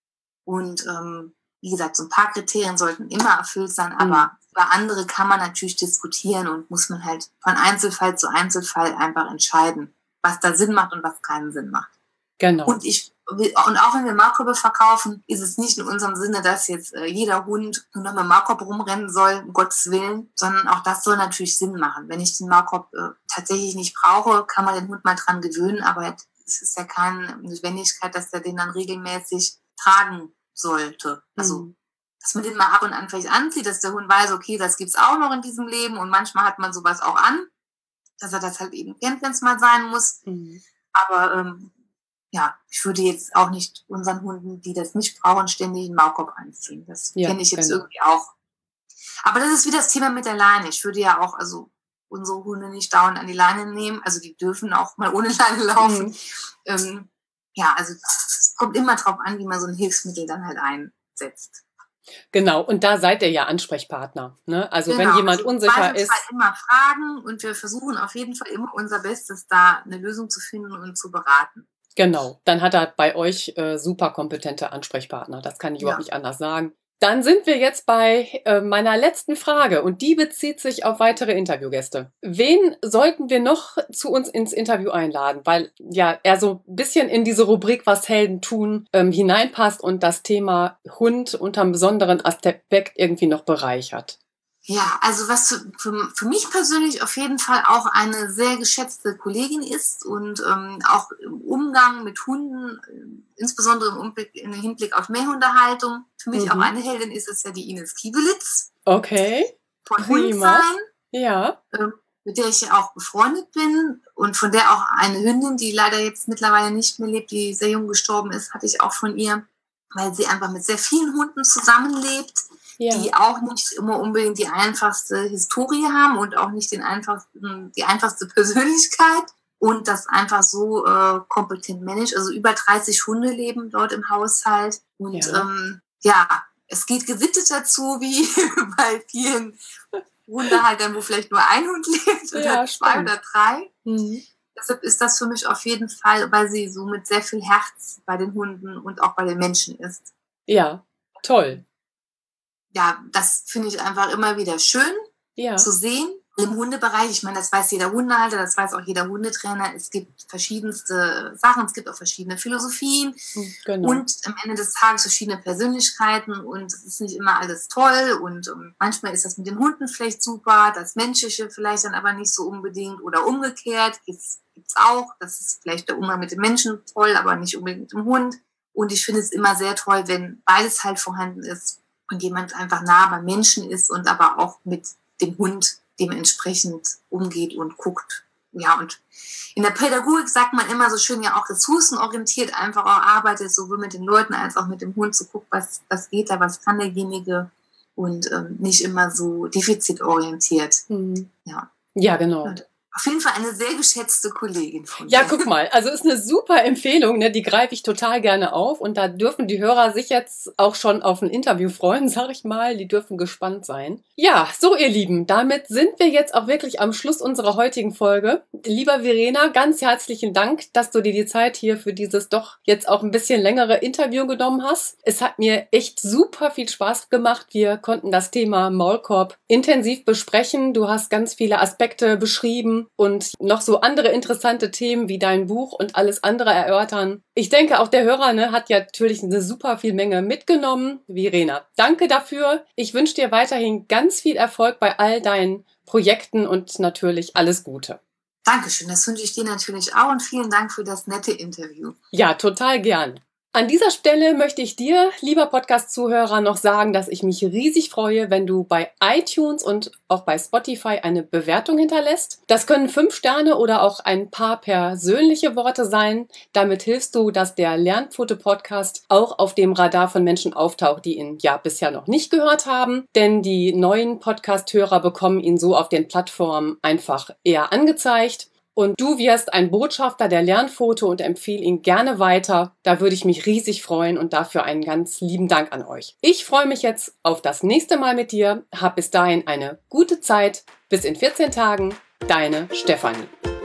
Und ähm, wie gesagt, so ein paar Kriterien sollten immer erfüllt sein, aber Mhm. über andere kann man natürlich diskutieren und muss man halt von Einzelfall zu Einzelfall einfach entscheiden, was da Sinn macht und was keinen Sinn macht. Genau. Und ich und auch wenn wir Maulkörbe verkaufen, ist es nicht in unserem Sinne, dass jetzt äh, jeder Hund nur noch mit dem Maulkorb rumrennen soll, um Gottes Willen, sondern auch das soll natürlich Sinn machen. Wenn ich den Maulkorb äh, tatsächlich nicht brauche, kann man den Hund mal dran gewöhnen, aber es ist ja keine Notwendigkeit, dass der den dann regelmäßig tragen sollte. Also, mhm. dass man den mal ab und an vielleicht anzieht, dass der Hund weiß, okay, das gibt's auch noch in diesem Leben und manchmal hat man sowas auch an, dass er das halt eben kennt, wenn es mal sein muss. Mhm. Aber ähm, ja, ich würde jetzt auch nicht unseren Hunden, die das nicht brauchen, ständig einen Maulkorb anziehen. Das ja, kenne ich jetzt genau. irgendwie auch. Aber das ist wie das Thema mit der Leine. Ich würde ja auch also unsere Hunde nicht dauernd an die Leine nehmen. Also die dürfen auch mal ohne Leine laufen. Mhm. Ähm, ja, also es kommt immer drauf an, wie man so ein Hilfsmittel dann halt einsetzt. Genau, und da seid ihr ja Ansprechpartner. Ne? Also genau, wenn jemand also unsicher ist. Fall immer fragen und wir versuchen auf jeden Fall immer unser Bestes, da eine Lösung zu finden und zu beraten. Genau, dann hat er bei euch äh, super kompetente Ansprechpartner. Das kann ich ja. überhaupt nicht anders sagen. Dann sind wir jetzt bei äh, meiner letzten Frage und die bezieht sich auf weitere Interviewgäste. Wen sollten wir noch zu uns ins Interview einladen? Weil ja er so ein bisschen in diese Rubrik Was Helden tun ähm, hineinpasst und das Thema Hund unter einem besonderen Aspekt irgendwie noch bereichert. Ja, also was für, für mich persönlich auf jeden Fall auch eine sehr geschätzte Kollegin ist und ähm, auch im Umgang mit Hunden, äh, insbesondere im, Umblick, im Hinblick auf Mehrhundehaltung, für mich mhm. auch eine Heldin ist, ist ja die Ines Kiebelitz. Okay, von Hundsein, ja. äh, mit der ich ja auch befreundet bin und von der auch eine Hündin, die leider jetzt mittlerweile nicht mehr lebt, die sehr jung gestorben ist, hatte ich auch von ihr, weil sie einfach mit sehr vielen Hunden zusammenlebt. Ja. Die auch nicht immer unbedingt die einfachste Historie haben und auch nicht den einfachsten, die einfachste Persönlichkeit und das einfach so äh, kompetent managt. Also über dreißig Hunde leben dort im Haushalt und ja, ähm, ja es geht gesittet dazu, wie bei vielen Hundehaltern, wo vielleicht nur ein Hund lebt oder ja, zwei stimmt. oder drei. Mhm. Deshalb ist das für mich auf jeden Fall, weil sie so mit sehr viel Herz bei den Hunden und auch bei den Menschen ist. Ja, toll. Ja, das finde ich einfach immer wieder schön ja. zu sehen. Im Hundebereich, ich meine, das weiß jeder Hundehalter, das weiß auch jeder Hundetrainer. Es gibt verschiedenste Sachen, es gibt auch verschiedene Philosophien genau. und am Ende des Tages verschiedene Persönlichkeiten und es ist nicht immer alles toll und um, manchmal ist das mit den Hunden vielleicht super, das Menschliche vielleicht dann aber nicht so unbedingt oder umgekehrt gibt's gibt's auch. Das ist vielleicht der Umgang mit dem Menschen toll, aber nicht unbedingt mit dem Hund. Und ich finde es immer sehr toll, wenn beides halt vorhanden ist. Und jemand einfach nah beim Menschen ist und aber auch mit dem Hund dementsprechend umgeht und guckt. Ja, und in der Pädagogik sagt man immer so schön ja auch ressourcenorientiert einfach auch arbeitet, sowohl mit den Leuten als auch mit dem Hund, zu gucken, was, was geht da, was kann derjenige und ähm, nicht immer so defizitorientiert. Mhm. Ja. Ja, genau. Und auf jeden Fall eine sehr geschätzte Kollegin von Ja, mir. guck mal, also ist eine super Empfehlung, ne? Die greife ich total gerne auf und da dürfen die Hörer sich jetzt auch schon auf ein Interview freuen, sag ich mal. Die dürfen gespannt sein. Ja, so ihr Lieben, damit sind wir jetzt auch wirklich am Schluss unserer heutigen Folge. Lieber Verena, ganz herzlichen Dank, dass du dir die Zeit hier für dieses doch jetzt auch ein bisschen längere Interview genommen hast. Es hat mir echt super viel Spaß gemacht. Wir konnten das Thema Maulkorb intensiv besprechen. Du hast ganz viele Aspekte beschrieben und noch so andere interessante Themen wie dein Buch und alles andere erörtern. Ich denke, auch der Hörer ne, hat ja natürlich eine super viel Menge mitgenommen. Verena, danke dafür. Ich wünsche dir weiterhin ganz viel Erfolg bei all deinen Projekten und natürlich alles Gute. Dankeschön, das wünsche ich dir natürlich auch und vielen Dank für das nette Interview. Ja, total gern. An dieser Stelle möchte ich dir, lieber Podcast-Zuhörer, noch sagen, dass ich mich riesig freue, wenn du bei iTunes und auch bei Spotify eine Bewertung hinterlässt. Das können fünf Sterne oder auch ein paar persönliche Worte sein. Damit hilfst du, dass der Lernpfote-Podcast auch auf dem Radar von Menschen auftaucht, die ihn ja bisher noch nicht gehört haben. Denn die neuen Podcast-Hörer bekommen ihn so auf den Plattformen einfach eher angezeigt. Und du wirst ein Botschafter der Lernpfote und empfehle ihn gerne weiter. Da würde ich mich riesig freuen und dafür einen ganz lieben Dank an euch. Ich freue mich jetzt auf das nächste Mal mit dir. Hab bis dahin eine gute Zeit. Bis in vierzehn Tagen. Deine Stefanie.